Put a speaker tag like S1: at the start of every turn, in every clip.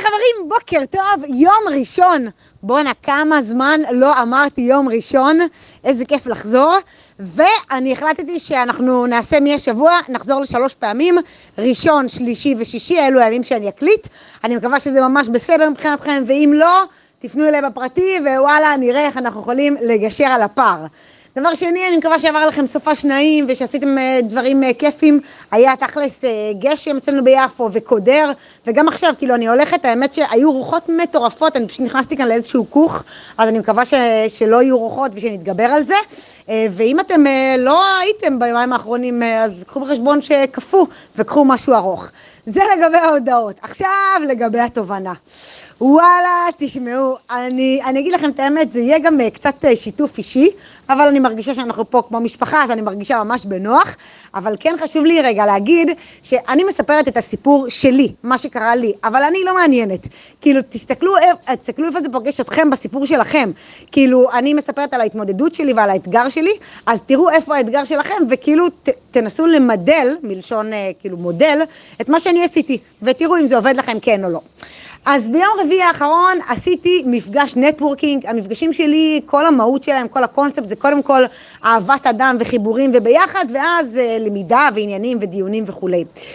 S1: חברים, בוקר טוב, יום ראשון. בואנה, כמה זמן לא אמרתי יום ראשון, איזה כיף לחזור. ואני החלטתי שאנחנו נעשה מהשבוע, נחזור ל3 פעמים, ראשון, שלישי ושישי, אלו הימים שאני אקליט. אני מקווה שזה ממש בסדר מבחינתכם, ואם לא, תפנו אליי בפרטי, ווואלה, נראה איך אנחנו יכולים לגשר על הפער. דבר שני, אני מקווה שעבר לכם סופה שניים ושעשיתם דברים כיפים. היה תכלס גשם אצלנו ביפו וקודר, וגם עכשיו, כאילו אני הולכת, האמת שהיו רוחות מטורפות, אני פשוט נכנסתי כאן לאיזשהו כוך, אז אני מקווה שלא יהיו רוחות ושנתגבר על זה. ואם אתם לא הייתם בימים האחרונים, אז קחו בחשבון שקפו וקחו משהו ארוך. זה לגבי ההודעות. עכשיו לגבי התובנה. וואלה, תשמעו, אני אגיד לכם את האמת, זה יהיה גם קצת שיתוף אישי, אבל אני מרגישה שאנחנו פה כמו משפחה, אז אני מרגישה ממש בנוח, אבל כן חשוב לי רגע להגיד שאני מספרת את הסיפור שלי, מה שקרה לי, אבל אני לא מעניינת. כאילו, תסתכלו איפה זה פוגש אתכם בסיפור שלכם. כאילו, אני מספרת על ההתמודדות שלי ועל האתגר שלי, אז תראו איפה האתגר שלכם, וכאילו תנסו למדל, מלשון כאילו מודל, את מה שאני עשיתי, ותראו אם זה עובד לכם כן או לא. אז ביום רביעי האחרון עשיתי מפגש נטוורקינג. המפגשים שלי, כל המהות שלהם, כל הקונספט, זה קודם כל אהבת אדם וחיבורים וביחד, ואז למידה ועניינים ודיונים וכו'.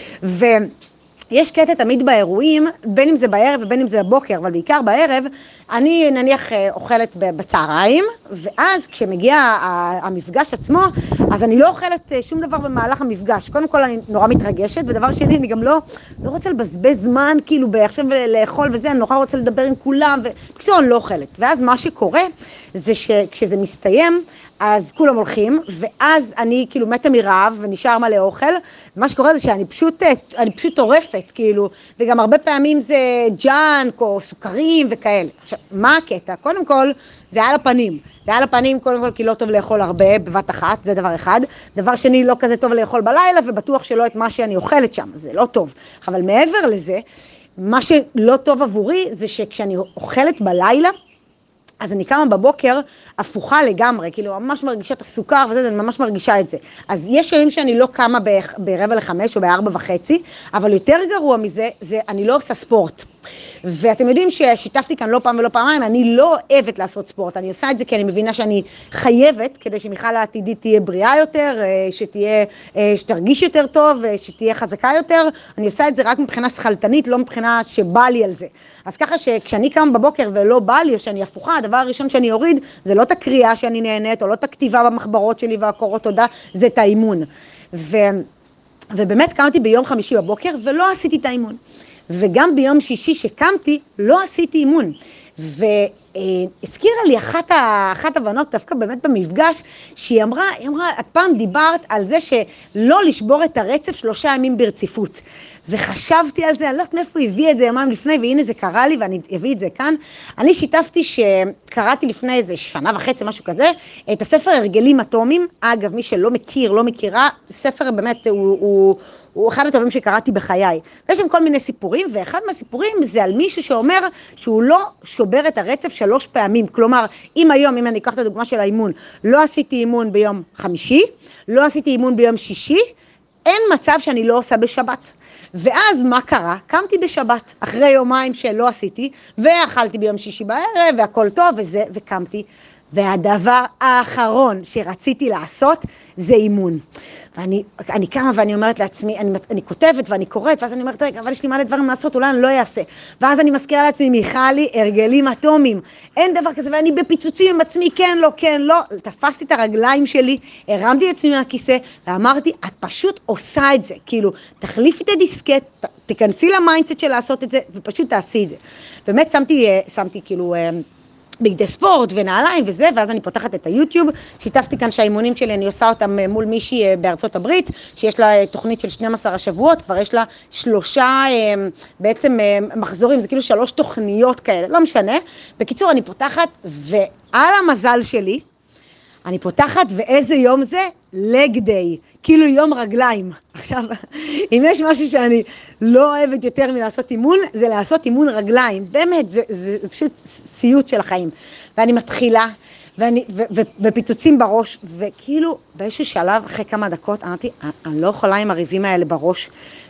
S1: יש קטע תמיד באירועים, בין אם זה בערב ובין אם זה בבוקר, אבל בעיקר בערב, אני נניח אוכלת בצהריים, ואז כשמגיע המפגש עצמו, אז אני לא אוכלת שום דבר במהלך המפגש. קודם כל אני נורא מתרגשת, ודבר שני, אני גם לא רוצה לבזבז זמן, כאילו עכשיו לאכול וזה, אני נורא רוצה לדבר עם כולם, וכשאני אני לא אוכלת. ואז מה שקורה, זה שכשזה מסתיים, אז כולם הולכים, ואז אני כאילו מתה מרעב ונשאר מלא אוכל. מה שקורה זה שאני פשוט טורפת, כאילו, וגם הרבה פעמים זה ג'אנק או סוכרים וכאלה. עכשיו, מה הקטע? קודם כל, זה על הפנים. זה על הפנים, קודם כל, כי לא טוב לאכול הרבה בבת אחת, זה דבר אחד. דבר שני, לא כזה טוב לאכול בלילה, ובטוח שלא את מה שאני אוכלת שם, זה לא טוב. אבל מעבר לזה, מה שלא טוב עבורי, זה שכשאני אוכלת בלילה, אז אני קמה בבוקר הפוכה לגמרי, כאילו ממש מרגישה את הסוכר וזה, אני ממש מרגישה את זה. אז יש ימים שאני לא קמה ב4:45 או ב4:30, אבל יותר גרוע מזה, זה אני לא עושה ספורט. ואתם יודעים ששיתפתי כאן לא פעם ולא פעמיים, אני לא אוהבת לעשות ספורט, אני עושה את זה כי אני מבינה שאני חייבת, כדי שמיכל העתידית תהיה בריאה יותר, שתרגיש יותר טוב, שתהיה חזקה יותר, אני עושה את זה רק מבחינה שכלתנית, לא מבחינה שבא לי על זה. אז ככה שכשאני קם בבוקר ולא בא לי, או שאני הפוכה, הדבר הראשון שאני אוריד, זה לא את הקריאה שאני נהנית, או לא את הכתיבה במחברות שלי והקורות תודה, זה את האימון. ובאמת קמתי ביום חמישי בבוקר ולא עשיתי את האימון. וגם ביום שישי שקמתי, לא עשיתי אימון. והזכירה לי אחת הבנות, דווקא באמת במפגש, שהיא אמרה, את פעם דיברת על זה שלא לשבור את הרצף 3 ימים ברציפות. וחשבתי על זה, אני לא יודעת מאיפה הביא את זה יומיים לפני, והנה זה קרה לי ואני אביא את זה כאן. אני שיתפתי שקראתי לפני איזה 1.5 שנה, משהו כזה, את הספר הרגלים אטומיים. אגב, מי שלא מכיר, לא מכירה, ספר באמת הוא אחד הטובים שקראתי בחיי. ויש שם כל מיני סיפורים, ואחד מהסיפורים זה על מישהו שאומר שהוא לא שובר את הרצף 3 פעמים. כלומר, אם אני אקח את הדוגמה של האימון, לא עשיתי אימון ביום חמישי, לא עשיתי אימון ביום שישי, אין מצב שאני לא עושה בשבת. ואז מה קרה? קמתי בשבת, אחרי יומיים שלא עשיתי, ואכלתי ביום שישי בערב, והכל טוב וזה, וקמתי. והדבר האחרון שרציתי לעשות זה אימון. ואני קמה ואני אומרת לעצמי, אני כותבת ואני קוראת, ואז אני אומרת, רגע, אבל יש לי מלא דברים לעשות, אולי אני לא אעשה. ואז אני מזכירה לעצמי, מיכלי, הרגלים אטומיים. אין דבר כזה, ואני בפיצוצים עם עצמי, כן, לא, כן, לא. תפסתי את הרגליים שלי, הרמתי את עצמי מהכיסא, ואמרתי, את פשוט עושה את זה. כאילו, תחליפי את הדיסקט, תכנסי למיינדסט של לעשות את זה, ופשוט תעשי את זה. באמת שמתי כאילו בגדי ספורט ונעליים וזה, ואז אני פותחת את היוטיוב, שיתפתי כאן שהאימונים שלי, אני עושה אותם מול מישהי בארצות הברית, שיש לה תוכנית של 12 השבועות, כבר יש לה 3 בעצם מחזורים, זה כאילו 3 תוכניות כאלה, לא משנה. בקיצור, אני פותחת, ועל המזל שלי, אני פותחת, ואיזה יום זה? לג דיי, כאילו יום רגליים. עכשיו, אם יש משהו שאני לא אוהבת יותר מלעשות אימון, זה לעשות אימון רגליים. באמת, זה פשוט סיוט של החיים. ואני מתחילה, ופיצוצים בראש, וכאילו באיזשהו שלב, אחרי כמה דקות, אמרתי, אני לא יכולה עם הריבים האלה בראש,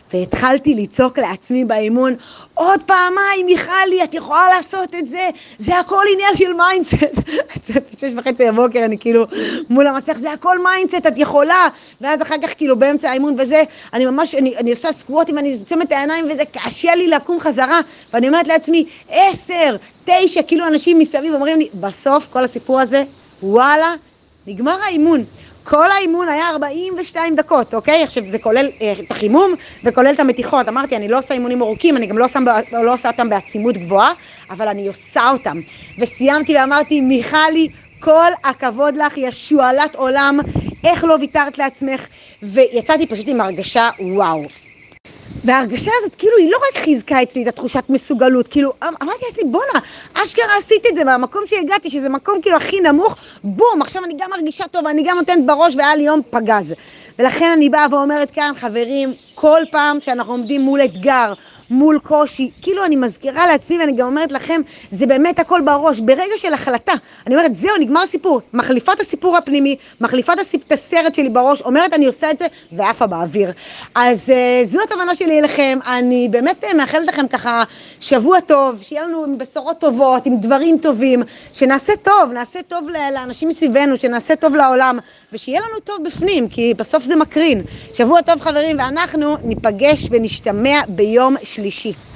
S1: והתחלתי לצעוק לעצמי באימון, עוד פעמיים, מיכלי, את יכולה לעשות את זה, זה הכל עניין של מיינדסט. 6:30 בבוקר, אני כאילו מול המסך, זה הכל מיינדסט, את יכולה. ואז אחר כך כאילו באמצע האימון וזה, אני ממש, אני עושה סקווטים, אני עוצמת את העיניים וזה קשה לי לקום חזרה, ואני אומרת לעצמי, 10, 9, כאילו אנשים מסביב אומרים לי, בסוף כל הסיפור הזה, וואלה, נגמר האימון. כל האימון היה 42 דקות, אוקיי? עכשיו זה כולל את החימום וכולל את המתיחות. אמרתי, אני לא עושה אימונים ארוכים, אני גם לא עושה אותם בעצימות גבוהה, אבל אני עושה אותם. וסיימתי ואמרתי, מיכלי, כל הכבוד לך, ישועלת עולם, איך לא ויתרת לעצמך? ויצאתי פשוט עם הרגשה, וואו. וההרגשה הזאת, כאילו, היא לא רק חיזקה אצלי את התחושת מסוגלות, כאילו, אמרתי לעצמי, בונה, אשכרה עשיתי את זה, מהמקום שהגעתי, שזה מקום כאילו הכי נמוך, בום, עכשיו אני גם מרגישה טוב, אני גם נותנת בראש, והיה לי יום פגז. ולכן אני באה ואומרת כאן, חברים, כל פעם שאנחנו עומדים מול אתגר, מול קושי, כאילו אני מזכירה לעצמי ואני גם אומרת לכם, זה באמת הכל בראש, ברגע של החלטה, אני אומרת, זהו, נגמר הסיפור, מחליפה את הסיפור הפנימי, מחליפה את הסרט שלי בראש, אומרת, אני עושה את זה, ועפה באוויר. אז זו התובנה שלי אליכם, אני באמת מאחלת לכם ככה שבוע טוב, שיהיה לנו בשורות טובות, עם דברים טובים, שנעשה טוב לאנשים מסביבנו, שנעשה טוב לעולם, ושיהיה לנו טוב בפנים, כי בסוף זה מקרין. שבוע טוב חברים, ואנחנו ניפגש ונשתמע ביום שלישי.